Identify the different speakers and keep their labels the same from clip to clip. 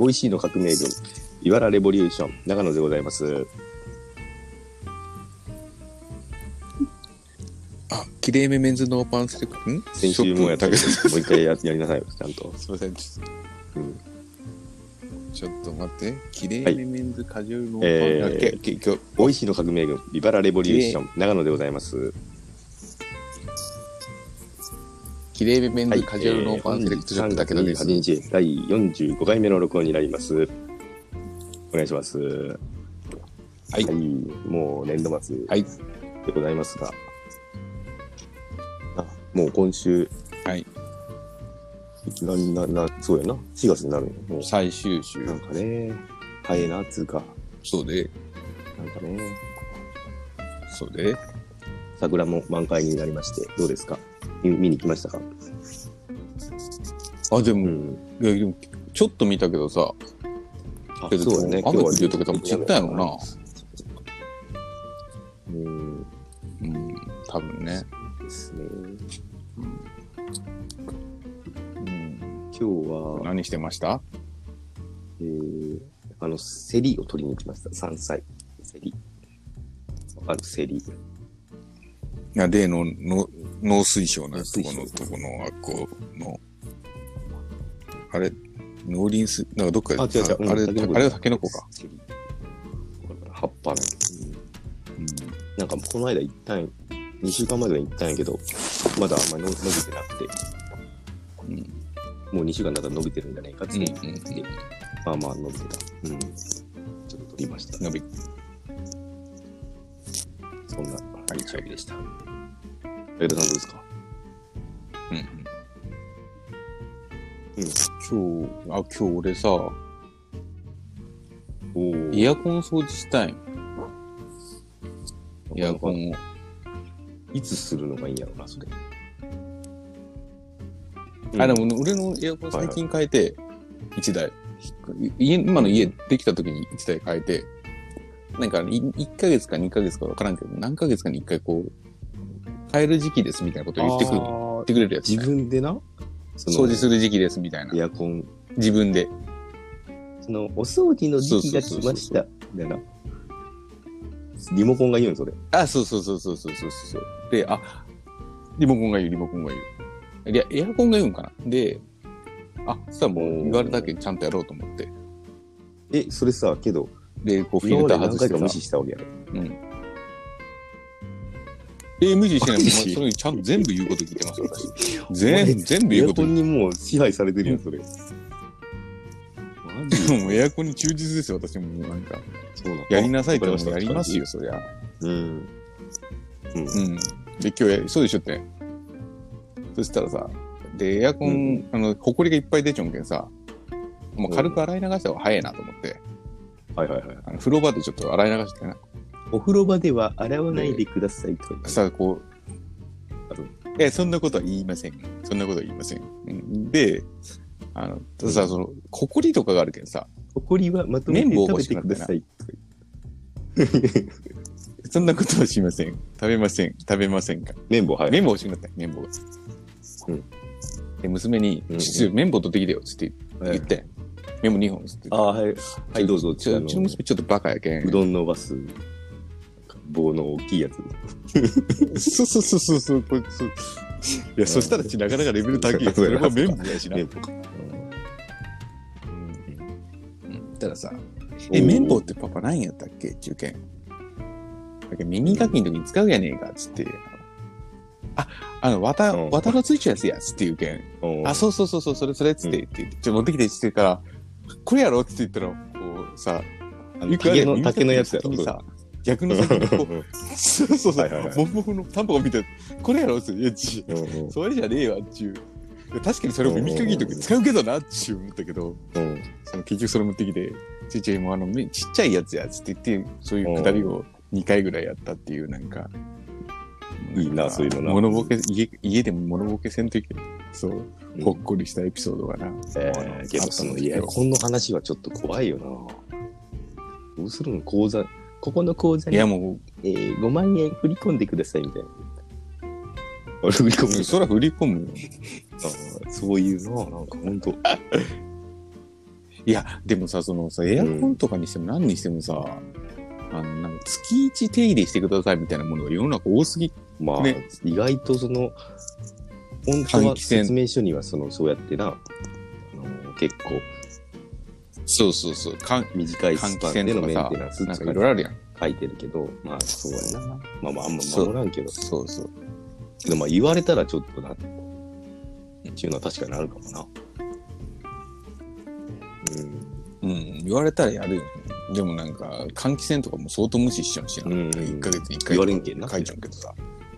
Speaker 1: 美味しいの革命軍、いわらレボリューション、長野でございます。
Speaker 2: あ、きれいめメンズノーパンセレクト、
Speaker 1: 先週もやったけど、もう一回やりなさいよ、ちゃんと。
Speaker 2: すいません、ちょっと待って。きれいめメンズカジュアルノーパン、
Speaker 1: 美味しいの革命軍、ビバラレボリューション、長野でございます。
Speaker 2: きれいめメンズカジュアルノーパンセレクトショップだけどです。
Speaker 1: 第45回目の録音になります。お願いします。はい。もう年度末でございますが、もう今週、
Speaker 2: はい。
Speaker 1: そうやな、4月になるの。
Speaker 2: もう最終週。
Speaker 1: なんかね、早いなっつうか。
Speaker 2: そうで。
Speaker 1: なんかね。
Speaker 2: そうで。
Speaker 1: 桜も満開になりまして、どうですか？見に来ましたか？
Speaker 2: あ、でも、いや、でもちょっと見たけどさ。
Speaker 1: そうだね。
Speaker 2: 雨降ってるとか多分散ったやろな。多分ね。
Speaker 1: ですね。今日は
Speaker 2: 何してました？
Speaker 1: セリを取りに行きました。山菜。セリ。セリ。
Speaker 2: いや、例の農水省のとこの学校の、あれ、農林なんかどっかで、あれはタケノコか。
Speaker 1: 葉っぱなんだけど、なんかこの間行ったん、2週間前ぐらいに行ったんやけど、まだあんまり伸びてなくて、もう2週間だったら伸びてるんじゃないかって言って、まあまあ伸びてた。ちょっと取りました。そんな日曜日でした。武田さんどうですか？
Speaker 2: 今日俺さ、エアコン掃除したい。エアコンを。
Speaker 1: いつするのがいいんやろな、それ。
Speaker 2: でも俺のエアコン最近変えて、1台。今の家できた時に1台変えて、なんか1ヶ月か2ヶ月か分からんけど、何ヶ月かに1回こう、変える時期ですみたいなことを言ってくれるやつ、ね。
Speaker 1: 自分でな
Speaker 2: 掃除する時期ですみたいな。
Speaker 1: エアコン。
Speaker 2: 自分で。
Speaker 1: お掃除の時期が来ました。みたいな。リモコンが言うんそれ。
Speaker 2: そう。で、リモコンが言う。いや、エアコンが言うんかな。で、そしたらもう言われたけちゃんとやろうと思って。
Speaker 1: それさ、けど、
Speaker 2: で、こうフィルター外してさ。何回か
Speaker 1: 無視したわけやろ。
Speaker 2: 無視してない。それちゃんと全部言うこと聞いてます、私。全部言うこと。
Speaker 1: エアコンにもう支配されてるやん、それ。
Speaker 2: もうエアコンに忠実ですよ、私も。なんか。やりなさいって言ってもやりますよ、そりゃ。で、今日そうでしょって。そしたらさ、で、エアコン、ホコリがいっぱい出ちょんけんさ、もう軽く洗い流した方が早いなと思って。風呂場でちょっと洗い流してな。
Speaker 1: お風呂場では洗わないでくださいとか。
Speaker 2: さ、こう、そんなことは言いません。で、さ、ホコリとかがあるけんさ、
Speaker 1: ホコリはまとめて食べてくださいとか。
Speaker 2: そんなことはしません。食べませんか。
Speaker 1: 綿棒
Speaker 2: 欲しくなった。綿棒が。で、娘に、綿棒取ってきてよ、つって言って。綿棒2本つって。
Speaker 1: はい、どうぞ。う
Speaker 2: ちの娘ちょっとバカやけん。
Speaker 1: うどんのバス、棒の大きいやつ。
Speaker 2: そう。こいつ。いや、そしたらなかなかレベル高いやつ。それは綿棒やしな。たださ、綿棒ってパパ何やったっけ中堅。だけ耳かきの時に使うやねえか、つって。綿がついちゃうやつや、つって言うけん。そう、それ、つって、持ってきて、つって言ったら、これやろって言ったら、こう、さ、
Speaker 1: 竹のやつやろ
Speaker 2: 逆の先にこう、そう、モフモフのタンポポ見て、これやろって言って、それじゃねえわ、っちゅう。確かにそれを耳かきの時使うけどな、っちゅう思ったけど、結局それ持ってきて、ちっちゃいやつや、つって言って、そういうくだりを2回ぐらいやったっていう、なんか、
Speaker 1: いいな、そういうのな。
Speaker 2: 物ボケ、家でも物ボケせんといけない。そう、ほっこりしたエピソードがな。
Speaker 1: けどそのエアコンの話はちょっと怖いよな。どうするの？口座、ここの口座に、5万円振り込んでくださいみたいな。振り込む。
Speaker 2: そら振り込むよ。
Speaker 1: そういうのなんかほんと。
Speaker 2: いや、でもさ、そのさ、エアコンとかにしても何にしてもさ、なんか月1手入れしてくださいみたいなものが世の中多すぎ。
Speaker 1: まあ、
Speaker 2: ね、
Speaker 1: 意外とその、本当は説明書にはそうやってな、結構、
Speaker 2: そうそうそう、
Speaker 1: 短いスパンでのメンテナンス
Speaker 2: なんかいろいろあるやん。
Speaker 1: 書いてるけど、まあそうやな。まああんま守らんけど。
Speaker 2: そうそう。
Speaker 1: けどまあ言われたらちょっとな、っていうのは確かにあるかもな。
Speaker 2: 言われたらやるよね。でもなんか、換気扇とかも相当無視しちゃうしな。1ヶ月に1回
Speaker 1: 言われんけんな。
Speaker 2: 書いちゃうけどさ。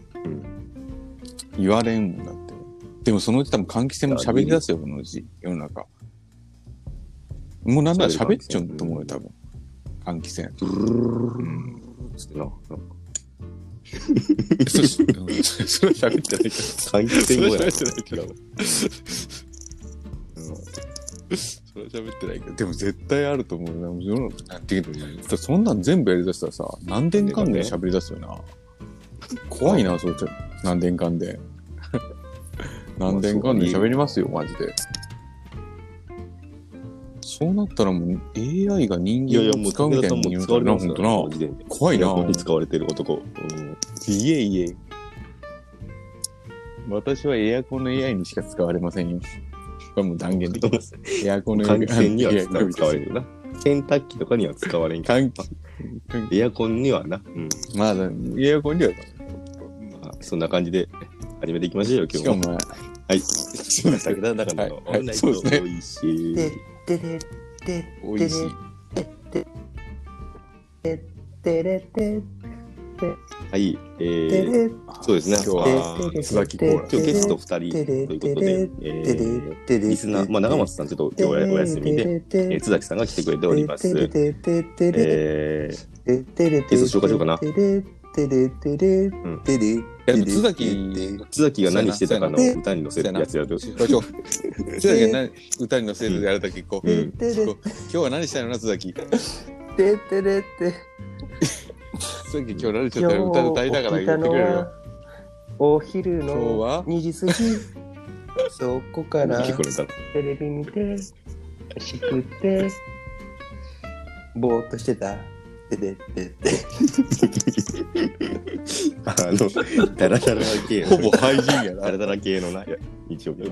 Speaker 2: 言われんもんだって。でもそのうち多分換気扇も喋り出すよ、このうち、世の中。もうなんなら喋っちゃうと思うよ、多分。換気扇。
Speaker 1: つってな、なんか。
Speaker 2: それは喋ってないけど。
Speaker 1: 換気扇語や。
Speaker 2: それは喋ってないけど。それは喋ってないけど。でも絶対あると思うな。なんていうの、そんなん全部やりだしたらさ、何年間で喋り出すよな。怖いな、それ何年間で。何年間で喋りますよ、マジで。そうなったらもう AI が人間を使うみたいな言うのな、ほんとな。怖いな。
Speaker 1: に使われてる男。
Speaker 2: いえいえ。私はエアコンの AI にしか使われませんよ。これもう断言できます。エアコンの AI
Speaker 1: 換気扇には使われるな。洗濯機とかには使われんけど。エアコンにはな。
Speaker 2: まあ、エアコンには。
Speaker 1: そんな感じで始めていきましょうよ、今日も。
Speaker 2: しかも、
Speaker 1: はい。しましたけど、だからの、オンラインと美味しい。
Speaker 2: 美味しい。
Speaker 1: はい、そうですね。今日は
Speaker 2: 椿コーラ。
Speaker 1: 今日ゲスト2人ということで、リスナー、まあ長松さんちょっと今日はお休みで、津崎さんが来てくれております。ゲスト紹介しようかな。津崎が何してたかの歌に乗せるやつやる。
Speaker 2: 津崎が歌に乗せるやるだけこう。今日は何したいのな、津崎。さっき今日何してたの歌歌いながら言ってくれるよ。
Speaker 3: お昼の2時過ぎ、そこからテレビ見て、しくって、ぼーっとしてた。
Speaker 1: ダラダラ系
Speaker 2: ほぼ廃人やな。
Speaker 1: ダラダラ系のな、日曜日。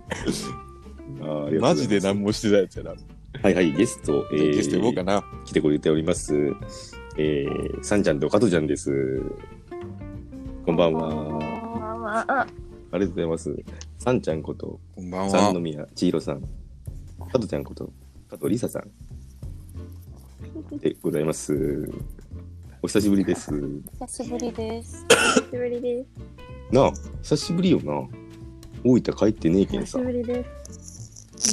Speaker 2: マジで何もしてないやつやな。
Speaker 1: はいはい、ゲスト、
Speaker 2: ゲスト呼ぼうかな。
Speaker 1: 来てくれております。さんちゃんと加トちゃんです。こんばんは。ありがとうございます。さんちゃんこと、
Speaker 2: こんばんは。
Speaker 1: 三宮千尋さん。加トちゃんこと、加藤りささん。でございます。お久しぶりです。
Speaker 4: 久しぶりです。久しぶりです。
Speaker 1: なあ、久しぶりよな。大分帰ってねえけんさ。
Speaker 4: 久しぶりです。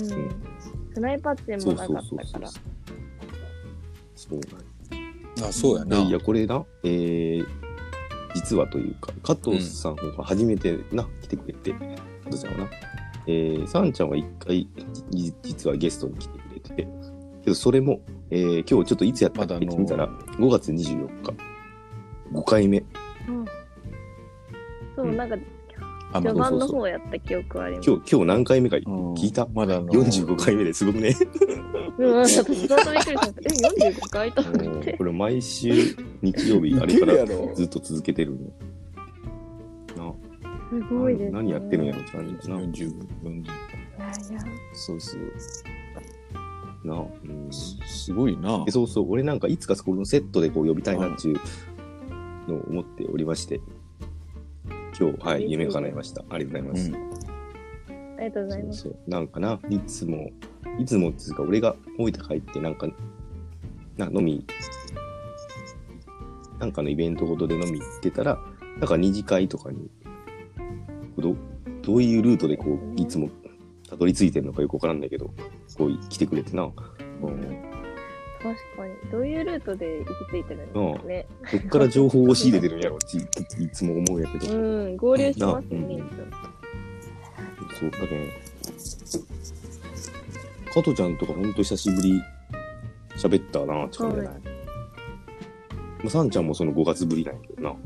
Speaker 4: スナイパーチもなかったから。
Speaker 1: そう
Speaker 2: なんあ、そうやな。
Speaker 1: いや、これな、実はというか、加藤さんが初めてな、来てくれて、加藤ちゃんはな。さんちゃんは一回、実はゲストに来てくれてて、けどそれも、今日ちょっといつやったかって見たら、5月24日、5回目。
Speaker 4: そう、なんか、序盤の方やった記憶あります。
Speaker 1: 今日何回目か聞いた？
Speaker 2: まだ
Speaker 1: 45回目ですごくね。
Speaker 4: 私、相当びっくりしました。45回と思って。
Speaker 1: これ毎週日曜日、あれからずっと続けてるの。
Speaker 4: すごいですね。
Speaker 1: 何やってるんやろって感じな。
Speaker 2: 40。
Speaker 1: そうそう。な
Speaker 2: すごいな。
Speaker 1: そうそう、俺なんかいつかこのセットでこう呼びたいなっていうのを思っておりまして、今日、はい、夢叶いました。ありがとうございます。
Speaker 4: ありがとうございます。
Speaker 1: そうなんかな、いつもっていうか、俺が大分帰ってなんか、飲み、なんかのイベントごとで飲み行ってたら、なんか二次会とかに、どういうルートでこう、いつもたどり着いてるのかよくわからんだけど、こう来てくれてな。
Speaker 4: 確かに。どういうルートで行き着いてるんですかね。
Speaker 1: どっから情報を仕入れてるんやろっていつも思うやけど。
Speaker 4: 合流しますね。
Speaker 1: そうだね。加トちゃんとかほんと久しぶり喋ったな、ちょっとね。さんちゃんもその5月ぶりなんやけどな。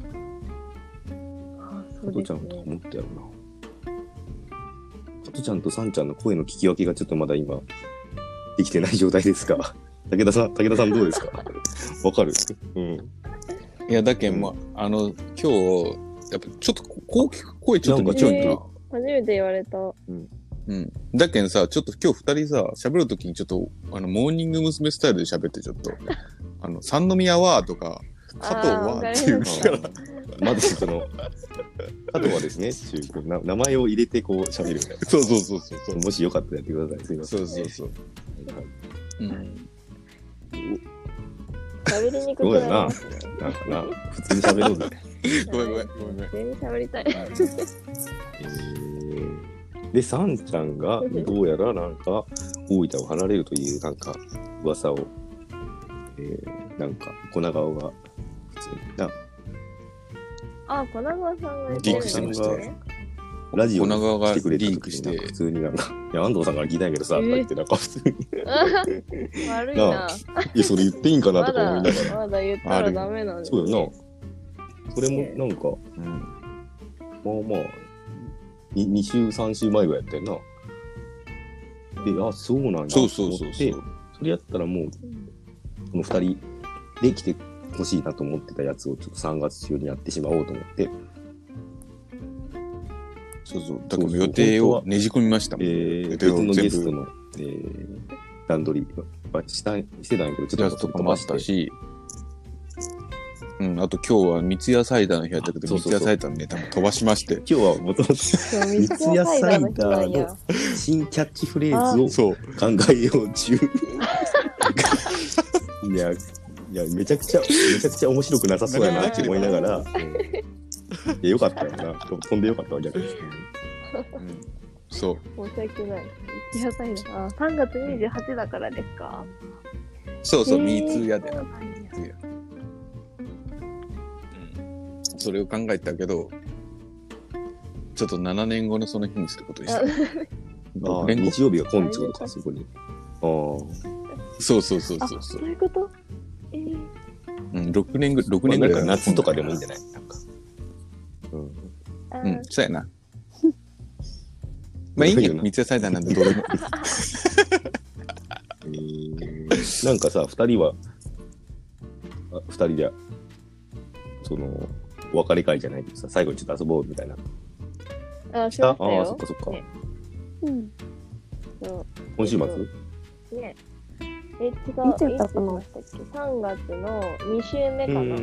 Speaker 1: 加トちゃんとか思ったやろな。加トちゃんとさんちゃんの声の聞き分けがちょっとまだ今、 できてない状態ですか。武田さんどうですか。わかる。うん。
Speaker 2: いや、だけん、まあ、今日、やっぱちょっと声ちょっと似ちゃうんだ。
Speaker 4: 初めて言われた。
Speaker 2: うん。だけんさ、ちょっと今日二人さ、喋るときにちょっと、モーニング娘。スタイルで喋って、ちょっと、三宮はとか、加藤はっていうから。
Speaker 1: まず加藤はですね、名前を入れてこう喋るみたいな。
Speaker 2: そう。
Speaker 1: もしよかったらやってください。すいません。
Speaker 2: そう。
Speaker 4: 喋りにくくなりますね。
Speaker 1: なんかな、普通に喋ろうぜ。
Speaker 2: ごめん。
Speaker 4: 普通に喋りたい。
Speaker 1: で、サンちゃんがどうやらなんか大分を離れるというなんか噂を、なんか粉川が普通にな。
Speaker 4: 粉川さんが
Speaker 2: リークしてましたね。
Speaker 1: ラジオ
Speaker 2: 粉川が
Speaker 1: 来てくれた
Speaker 2: リークして
Speaker 1: 普通になんか、いや安藤さんから聞いたんやけどさ、って言ってなんか普通に。
Speaker 4: 悪いな。
Speaker 1: いや、それ言っていいんかなとか思いながら。
Speaker 4: まだ言ったらダメなんです。
Speaker 1: そうよな。それもなんか、まあ、2週、3週前ぐらいやったよな。で、そうなんやと思って、それやったらもう、この2人で来てほしいなと思ってたやつをちょっと3月中にやってしまおうと思って。
Speaker 2: そう。だから予定をねじ込みましたもん。
Speaker 1: 別のゲストの、段取りはしてたんやけど、ちょっと飛ばしたし、
Speaker 2: あと今日は三ツ矢サイダーの日やったけど、三ツ矢サイダーのネタも飛ばしまして。
Speaker 1: 今日はもともと三ツ矢サイダーの新キャッチフレーズを考えよう中。いや、めちゃくちゃ面白くなさそうやなって思いながら、いや、よかったよな。飛んでよかったわ、逆に。
Speaker 2: そう。
Speaker 4: 申し訳ない。三ツ矢サイダー。3月28だからですか。
Speaker 2: そう、三ツ矢でな。それを考えたけど、ちょっと7年後のその日にすることにした。
Speaker 1: 日曜日が今日とか、そこに。
Speaker 2: そう。
Speaker 4: そういうこと？
Speaker 2: 6年ぐらい。
Speaker 1: 夏とかでもいいんじゃない？なんか。
Speaker 2: そうやな。まあいいよ、三ツ矢サイダーなんでどうでも。
Speaker 1: なんかさ、2人で、お別れ会じゃないけどさ、最後にちょっと遊ぼうみたいな。
Speaker 4: しましたよ。
Speaker 1: そっかそっか。
Speaker 4: そう。
Speaker 1: 今週末？
Speaker 4: ね。違う。いつましたっけ？3月の2週目かな。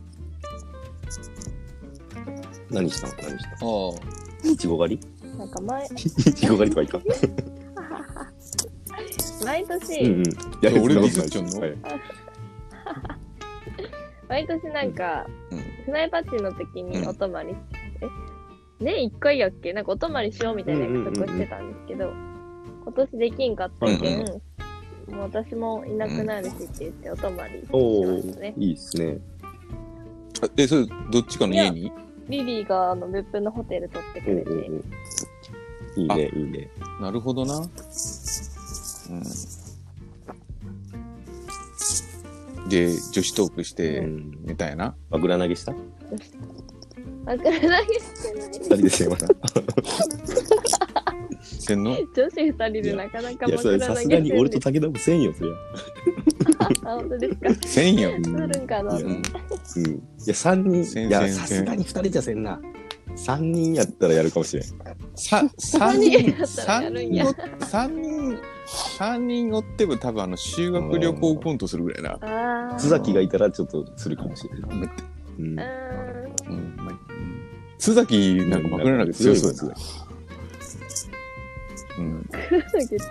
Speaker 1: 何した？いちご狩り？
Speaker 4: なんか前。
Speaker 1: いちご狩りとかいいか。
Speaker 4: 毎年。
Speaker 2: いや、俺ディスっちゃうの？
Speaker 4: 毎年なんか、スナイパッチの時にお泊まり、年1回やっけなんかお泊まりしようみたいな約束をしてたんですけど、今年できんかったけん、もう私もいなくなるしって言ってお泊まりしましたね。
Speaker 1: いいっすね。
Speaker 2: それ、どっちかの家に？
Speaker 4: リリーが別府のホテル取ってくれて。
Speaker 1: いいね。
Speaker 2: なるほどな。で、女子トークして寝たやな。
Speaker 1: 枕投げした？
Speaker 4: 枕投げしてない。2
Speaker 1: 人でせんわな。
Speaker 2: せんの？
Speaker 4: 女子2人でなかなか枕投げして
Speaker 1: いや、それさすがに俺と武田もせんよ、そりゃ。
Speaker 4: 本当ですか？
Speaker 2: せんよ。
Speaker 4: なるんかな。
Speaker 1: いや、3人、いや、さすがに2人じゃせんな。3人やったらやるかもしれん。
Speaker 2: 3人おっても多分修学旅行コントするぐらいな。
Speaker 1: 須崎がいたらちょっとするかもしれない。
Speaker 2: 須崎なんか枕投げ強そうやな。
Speaker 4: 枕投げ強そう。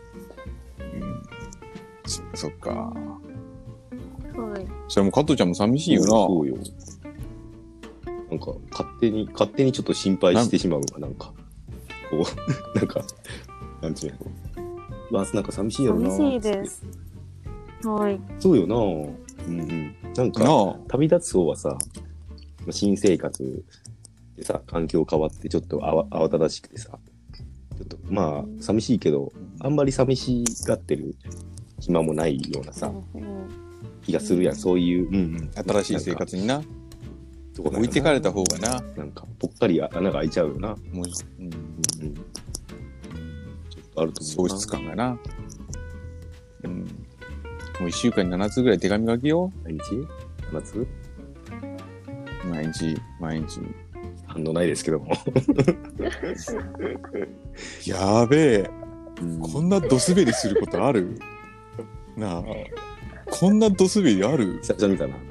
Speaker 2: そっか。
Speaker 4: はい。
Speaker 2: それも加藤ちゃんも寂しいよな。
Speaker 1: そうよ。なんか勝手にちょっと心配してしまうわ、なんか。こう、なんか、なんちゅうの。なんか寂しいよな。
Speaker 4: 寂しいです。はい。
Speaker 1: そうよな。なんか、旅立つ方はさ、新生活でさ、環境変わってちょっと慌ただしくてさ、ちょっとまあ、寂しいけど、あんまり寂しがってる暇もないようなさ、気がするやん、そういう、
Speaker 2: 新しい生活にな。置いてかれた方がな。
Speaker 1: なんか、ぽっかり穴が開いちゃうよな。ちょっとあると思う。
Speaker 2: 喪失感がな。 うん。もう1週間に7つぐらい手紙書きよ。
Speaker 1: 毎日 ?7 つ
Speaker 2: 毎日。
Speaker 1: 反応ないですけども。
Speaker 2: やべえ。こんなドスベリすることあるなあ。こんなドスベリある
Speaker 1: 久々見たな。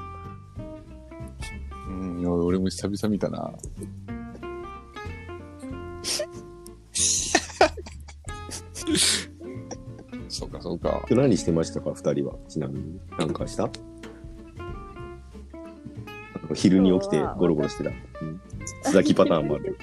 Speaker 2: いや俺も久々見たな。そうか。
Speaker 1: 何してましたか、2人は。ちなみに。なんかした昼に起きてゴロゴロしてた。須崎パターンもある。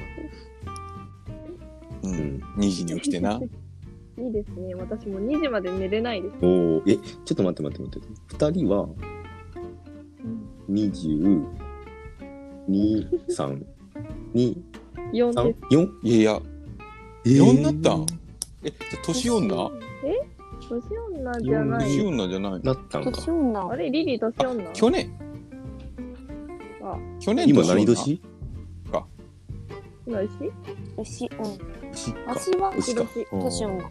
Speaker 2: 2時に起きてな。
Speaker 4: いいですね。私も2時まで寝れないです。
Speaker 1: おお、ちょっと待って。2人は、22、3、2、
Speaker 4: 4です。
Speaker 1: 4?
Speaker 2: いや、4になったん？じゃ年女？
Speaker 4: 年女じゃない。
Speaker 2: 年女じゃない。
Speaker 1: なったんか。
Speaker 4: 年女。あれ、リリー年女？
Speaker 2: 去年
Speaker 1: 今何年
Speaker 2: か。
Speaker 4: 今牛？
Speaker 5: 牛、
Speaker 4: 私は牛年。
Speaker 5: 年女。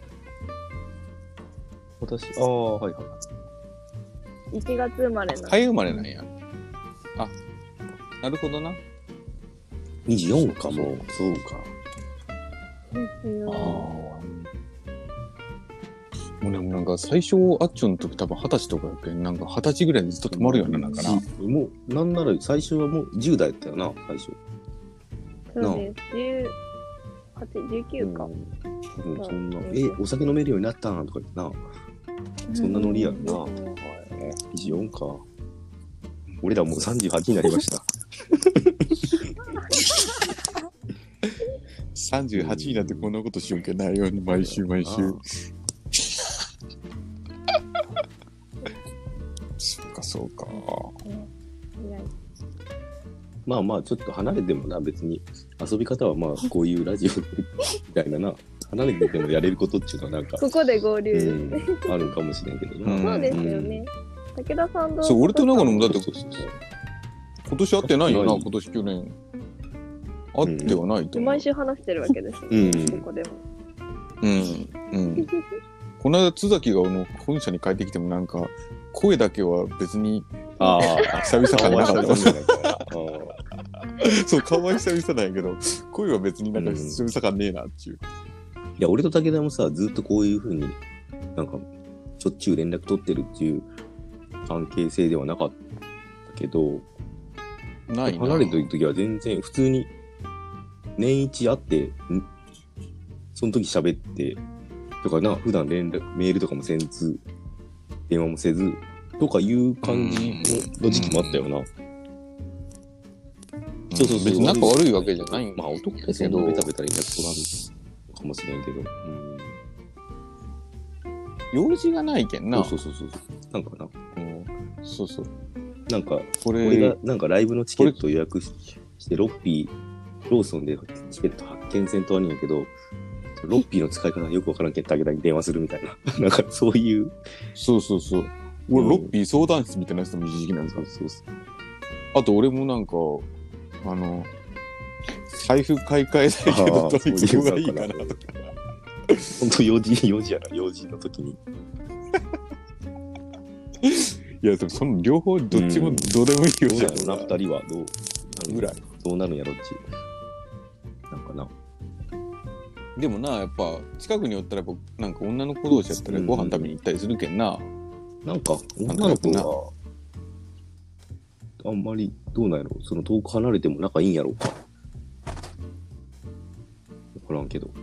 Speaker 1: 私、はい。
Speaker 4: 1月生まれなの。
Speaker 2: 早生まれなんや。あ、なるほどな。
Speaker 1: 24かも。そうか。
Speaker 4: ですよ。
Speaker 2: もうでもなんか最初あっちょの時多分20歳とかやけん、なんか20歳ぐらいでずっと止まるようになるかな。
Speaker 1: もうなんなら最初はもう10代やったよな、最初。
Speaker 4: そうです。18、19か。
Speaker 1: そんなお酒飲めるようになったんとか言ってな。そんなノリやんな。24か。俺らもう38になりました。
Speaker 2: 38になってこんなことしようけないように毎週。そうか。
Speaker 1: まあちょっと離れてもな、別に遊び方はまあこういうラジオみたいなな、離れててもやれることっていうのはなんか
Speaker 4: ここで合流、
Speaker 1: あるかもしれんけどな。
Speaker 4: そうですよね。武田さんどう？
Speaker 2: そう、俺と長野もだって今年会ってないよな、今年去年会ってはないと思う。
Speaker 4: 毎週話してるわけですね、ここでも。
Speaker 2: この間津崎が本社に帰ってきてもなんか声だけは別に久々感なかった。そう、顔は久々なんやけど声は別になんか久々感ねえなっていう。
Speaker 1: いや、俺と武田もさ、ずっとこういう風になんかしょっちゅう連絡取ってるっていう関係性ではなかったけど、
Speaker 2: ないな。
Speaker 1: 離れてる時は全然普通に年一会ってその時喋ってとかな、普段メールとかもせんず、電話もせずとかいう感じの時期もあったよな。
Speaker 2: そう別に仲悪いわけじゃないん
Speaker 1: まあ男ってそんなベタベタに連絡取らんかもしれんけど、
Speaker 2: 用事がないけんな。
Speaker 1: そうなんかな、
Speaker 2: そう
Speaker 1: なんか俺がなんかライブのチケット予約してローソンでチケット発見せんとあるんやけど、ロッピーの使い方よくわからんけん武田に電話するみたいななんかそういう。
Speaker 2: そう俺ロッピー相談室みたいなやつの一時期なんですか。そうあと俺もなんか財布買い替えたいけどどういう方がいいかなとか。
Speaker 1: 本当用事やな、用事の時に。
Speaker 2: いやでもその両方どっちもどうでもいいよじゃん
Speaker 1: な。2人はどうなるんやろっち。なんかな。
Speaker 2: でもな、やっぱ近くにおったらなんか女の子同士やったらご飯食べに行ったりするけんな。
Speaker 1: なんか女の子はあんまりどうなんやろ、その遠く離れても仲いいんやろうか。わからんけど。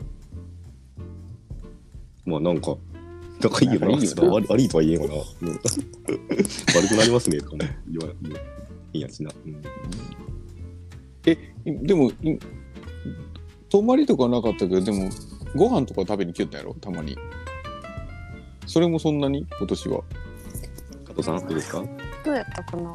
Speaker 1: まあなんか仲いいよな。悪いとは言えんわな。悪くなりますねとかね。いいやしな。
Speaker 2: でも泊まりとかなかったけど、でもご飯とか食べに来よったやろたまに。それもそんなに今年は。
Speaker 1: 加藤さんどうですか？
Speaker 5: どうやったかな。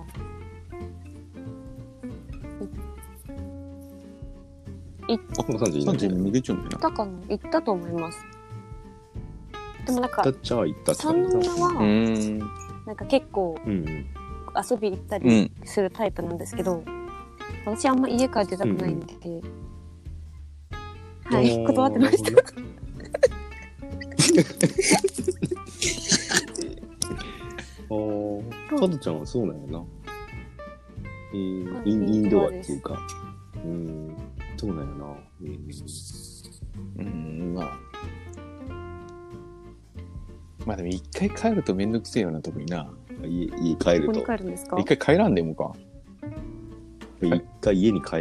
Speaker 2: 30に向けちゃうんだよな。
Speaker 5: 行ったと思います。でもなんか
Speaker 1: 行った
Speaker 5: 三宮はなんか結構遊び行ったりするタイプなんですけど、私あんま家から出たくないんで、はい、断ってました。
Speaker 1: 加トちゃんはそうなんやな。インドアっていうか。そうなんやな。
Speaker 2: まあでも一回帰るとめんどくせえよな、特にな。
Speaker 1: 家帰ると。
Speaker 5: ここに帰るんですか？
Speaker 2: 一回帰らんでもか。
Speaker 1: 一回家に帰って。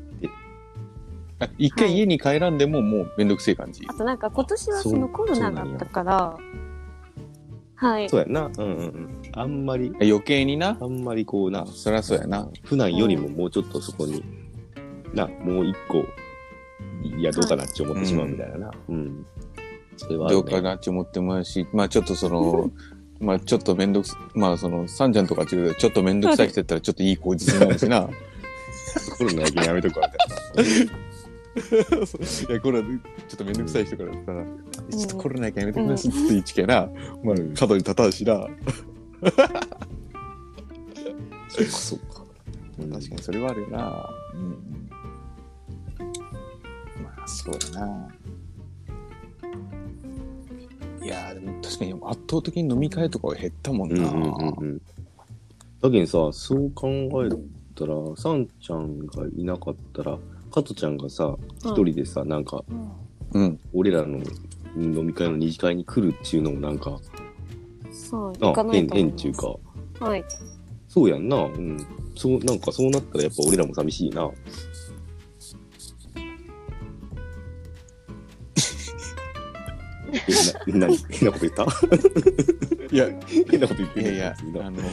Speaker 2: 一回家に帰らんでももうめんどくせえ感じ。
Speaker 5: あとなんか今年はそのコロナだったから、はい。
Speaker 1: そうやな。あんまり。
Speaker 2: 余計にな。
Speaker 1: あんまりこうな。
Speaker 2: そりゃそうやな。
Speaker 1: 普段よりももうちょっとそこに、もう一個、いや、どうかなって思ってしまうみたいなな。それは
Speaker 2: どうかなって思ってもらうし、まあちょっとその、まあちょっとめんどくさ、まあその、サンちゃんとか違うちょっとめんどくさい人やったらちょっといい口実になるしな。
Speaker 1: コロナだけやめとこうみたいな。
Speaker 2: いや、これちょっとめんどくさい人からさ、ちょっとコロナだけやめてくださいって言いちけな、まあ角に立たんしな。
Speaker 1: そうか。
Speaker 2: 確かにそれはあるよな。まあそうやな。いやでも確かに圧倒的に飲み会とかは減ったもんな。
Speaker 1: だけどさ、そう考えたら、サンちゃんがいなかったら、加トちゃんがさ、一人でさ、なんか、俺らの飲み会の二次会に来るっていうのもなんか、変っていうか、
Speaker 5: はい。
Speaker 1: そうやんな。そう、なんかそうなったらやっぱ俺らも寂しいな。変なこと言った
Speaker 2: いや、
Speaker 1: 変なこと言ってない。
Speaker 2: いや、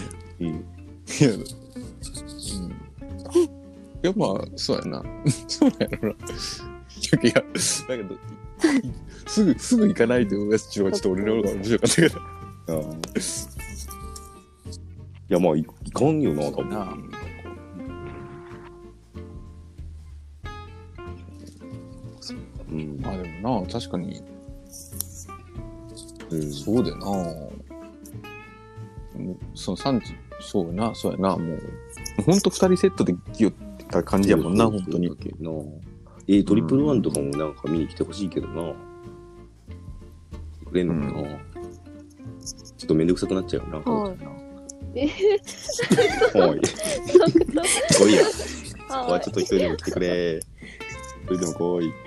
Speaker 2: いや、まあ、そうやな。そうやろな。いや、だけど、すぐ行かないで、やつちはちょっと俺の方が面白かったけど。
Speaker 1: いや、まあ、いかんよな、多分。
Speaker 2: まあでもな、確かに。そうだよな。そのそうやな、そうやな、もう。ほんと二人セットで来よった感じやもんな、ほんとに。
Speaker 1: トリプルワンとかもなんか見に来てほしいけどな。くれんのかな。ちょっとめんどくさくなっちゃうな。はい。来いや。ちょっと一人でも来てくれ。一人でも来い。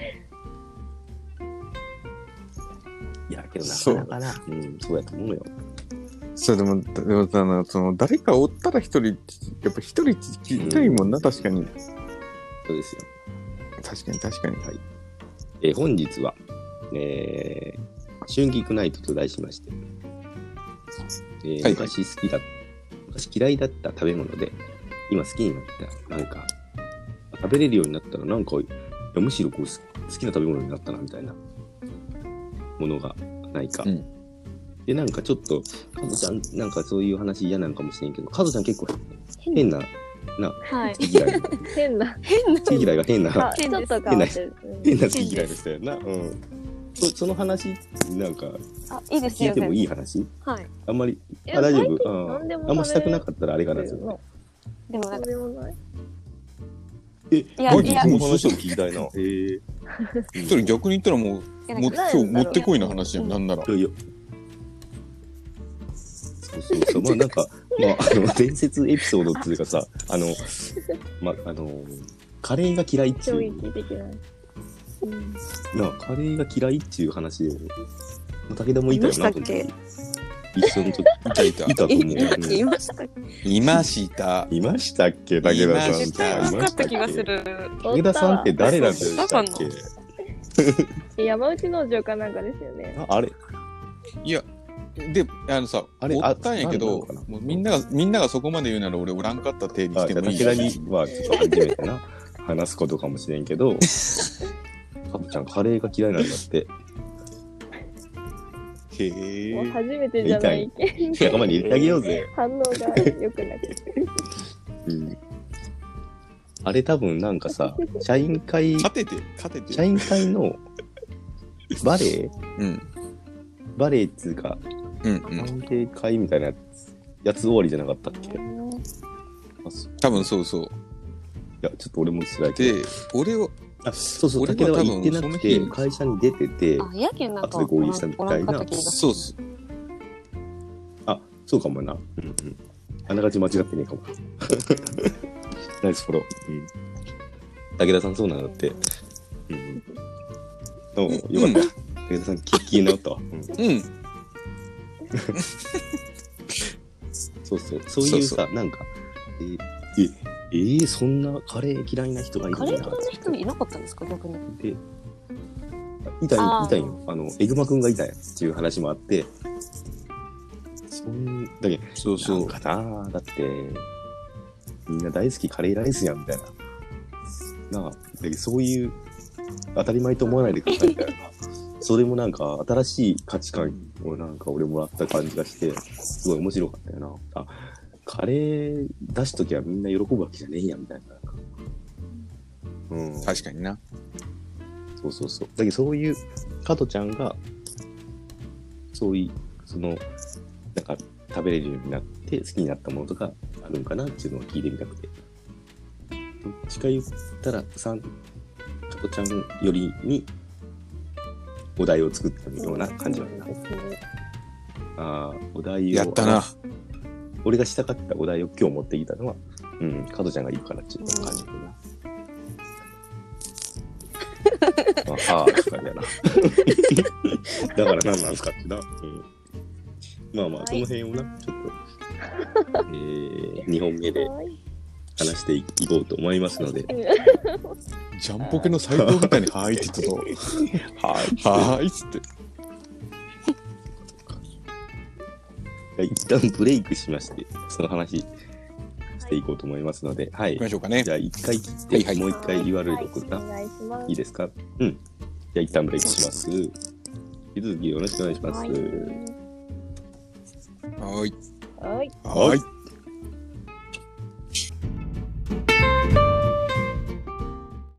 Speaker 1: いや、けどなかなかな。そうやと思うよ。
Speaker 2: そう、でもその、誰かおったら一人、やっぱ一人聞きたいもんな、確かに。
Speaker 1: そうですよ。
Speaker 2: 確かに。
Speaker 1: はい。本日は、春菊ナイトと題しまして、昔嫌いだった食べ物で、今好きになった、なんか、食べれるようになったら、なんか、むしろこう好きな食べ物になったな、みたいなものがないか。で、なんかちょっと、カズちゃん、なんかそういう話嫌なんかもしれんけど、カズちゃん結構変な、好き嫌い。
Speaker 4: 変な。
Speaker 1: 好き嫌いが変な。
Speaker 4: ちょっと変な好
Speaker 1: き嫌いの人やな。その話、なんか、
Speaker 5: いいですよ。
Speaker 1: 聞いてもいい話？
Speaker 5: はい。
Speaker 1: あんまり、大丈夫。あんましたくなかったらあれかな。でも
Speaker 4: なんか、
Speaker 1: いや、もう話も聞きたいな。
Speaker 2: それ逆に言ったらもう、今日持ってこいな話やん、なんなら。
Speaker 1: いや。そう。まあなんか、伝説エピソードっていうかさ、カレーが嫌いっていう。カレーが嫌いっていう話で、武田もいたよな、一緒の時。いたと思う。
Speaker 5: いましたっけ？
Speaker 2: いましたっけ、武田さん。
Speaker 5: 分かった気がする。
Speaker 1: 武田さんって誰なんでしたっ
Speaker 4: け？山内農場かなんかですよね。
Speaker 1: あれ？
Speaker 2: いや、で、あれ、あったんやけど、もうみんながそこまで言うなら俺おらんかった手にしてもいい。
Speaker 1: 武田にはちょっと初めてな、話すことかもしれんけど、カブちゃんカレーが嫌いなんだって。
Speaker 4: へえ。初めてじゃないけん。
Speaker 1: 仲間に入れてあげようぜ。
Speaker 4: 反応が良くなくて。
Speaker 1: あれ多分なんかさ、社員会のバレエバレエっつうか、歓迎会みたいなやつ終わりじゃなかったっけ？
Speaker 2: 多分そう。い
Speaker 1: や、ちょっと俺も知らないけど。
Speaker 2: で、俺は、
Speaker 1: そう、武田は行ってなくて、会社に出てて、後で合流したみたいな。
Speaker 2: そうっす。
Speaker 1: そうかもな。 あながち間違ってねえかも。ナイスフォロー。武田さんそうなんだって。よかった。武田さん気になったわ。そういうさ、なんか、そんなカレー嫌いな人がいるんだ。
Speaker 5: カレー嫌いな人いなかったんですか、逆に。で、
Speaker 1: いたんよ。エグマくんがいたやっていう話もあって、だけど、なんかな、だって、みんな大好きカレーライスやん、みたいな。だけどそういう当たり前と思わないでくださいみたいな。それもなんか新しい価値観をなんか俺もらった感じがして、すごい面白かったよな。あ、カレー出しときはみんな喜ぶわけじゃねえや、みたい
Speaker 2: な。確かにな。
Speaker 1: そう。だけどそういう、加トちゃんが、そういう、なんか食べれるようになって好きになったものとかあるんかなっていうのを聞いてみたくて。どっちか言ったら、加トちゃんよりにお題を作ったような感じはな。お題を。
Speaker 2: やったな。
Speaker 1: 俺がしたかったお題を今日持ってきたのは、加トちゃんがいるからっていう感じだな。とかやな。だから何なんすかってな。まあ、その辺をな、ちょっと、2本目で話していこうと思いますので。
Speaker 2: ジャンポケの斎藤みたいにはーいって言ったと。はーいっつって。
Speaker 1: 一旦ブレイクしまして、その話していこうと思いますので、はい。
Speaker 2: 行きましょうかね。
Speaker 1: じゃあ一回切って、もう一回 URL 送った。いいですか？じゃあ一旦ブレイクします。引き続きよろしくお願いします。
Speaker 2: はい。
Speaker 1: はい。